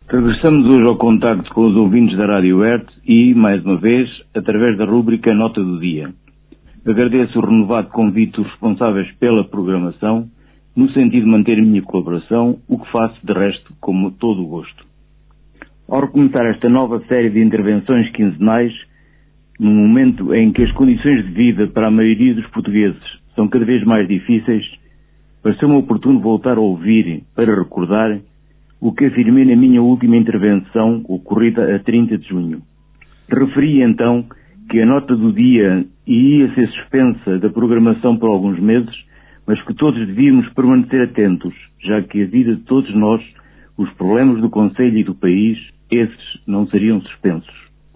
Regressamos hoje ao contacto com os ouvintes da Rádio Hertz e, mais uma vez, através da rúbrica Nota do Dia. Agradeço o renovado convite dos responsáveis pela programação, no sentido de manter a minha colaboração, o que faço, de resto, com todo o gosto. Ao recomeçar esta nova série de intervenções quinzenais, num momento em que as condições de vida para a maioria dos portugueses são cada vez mais difíceis, pareceu-me oportuno voltar a ouvir, para recordar, o que afirmei na minha última intervenção, ocorrida a 30 de junho. Referi então que a nota do dia ia ser suspensa da programação por alguns meses, mas que todos devíamos permanecer atentos, já que a vida de todos nós, os problemas do Conselho e do país, esses não seriam suspensos.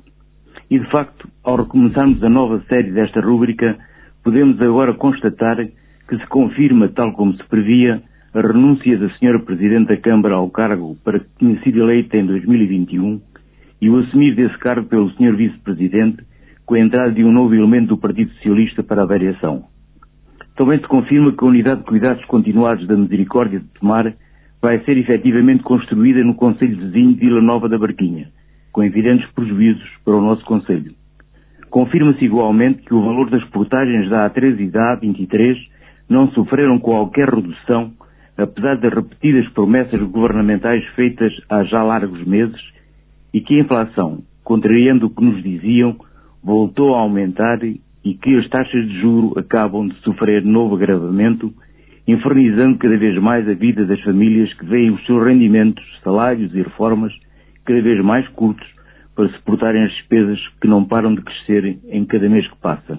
E de facto, ao recomeçarmos a nova série desta rúbrica, podemos agora constatar que se confirma, tal como se previa, a renúncia da Sra. Presidente da Câmara ao cargo para que tinha sido eleita em 2021 e o assumir desse cargo pelo Sr. Vice-Presidente com a entrada de um novo elemento do Partido Socialista para a variação. Também se confirma que a Unidade de Cuidados Continuados da Misericórdia de Tomar vai ser efetivamente construída no Concelho vizinho de Vila Nova da Barquinha, com evidentes prejuízos para o nosso Concelho. Confirma-se igualmente que o valor das portagens da A13 e da A23 não sofreram qualquer redução, apesar das repetidas promessas governamentais feitas há já largos meses, e que a inflação, contrariando o que nos diziam, voltou a aumentar e que as taxas de juro acabam de sofrer novo agravamento, infernizando cada vez mais a vida das famílias que veem os seus rendimentos, salários e reformas cada vez mais curtos para suportarem as despesas que não param de crescer em cada mês que passa.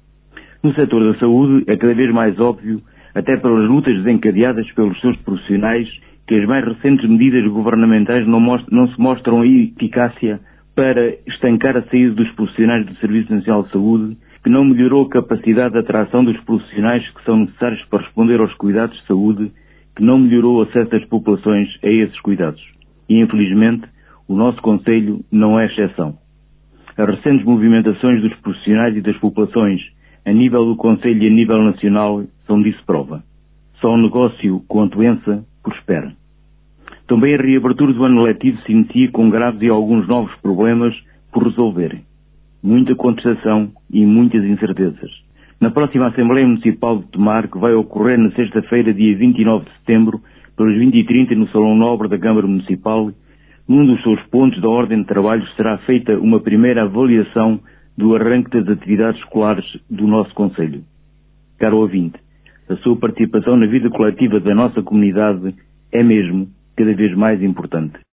No setor da saúde é cada vez mais óbvio, até pelas lutas desencadeadas pelos seus profissionais, que as mais recentes medidas governamentais não se mostram a eficácia para estancar a saída dos profissionais do Serviço Nacional de Saúde, que não melhorou a capacidade de atração dos profissionais que são necessários para responder aos cuidados de saúde, que não melhorou o acesso das populações a esses cuidados. E, infelizmente, o nosso Conselho não é exceção. As recentes movimentações dos profissionais e das populações a nível do Conselho e a nível nacional são disso prova. Só um negócio com a doença prospera. Também a reabertura do ano letivo se inicia com graves e alguns novos problemas por resolver. Muita contestação e muitas incertezas. Na próxima Assembleia Municipal de Tomar, que vai ocorrer na sexta-feira, dia 29 de setembro, pelas 20h30 no Salão Nobre da Câmara Municipal, num dos seus pontos da ordem de trabalho será feita uma primeira avaliação do arranque das atividades escolares do nosso Concelho. Caro ouvinte, a sua participação na vida coletiva da nossa comunidade é mesmo cada vez mais importante.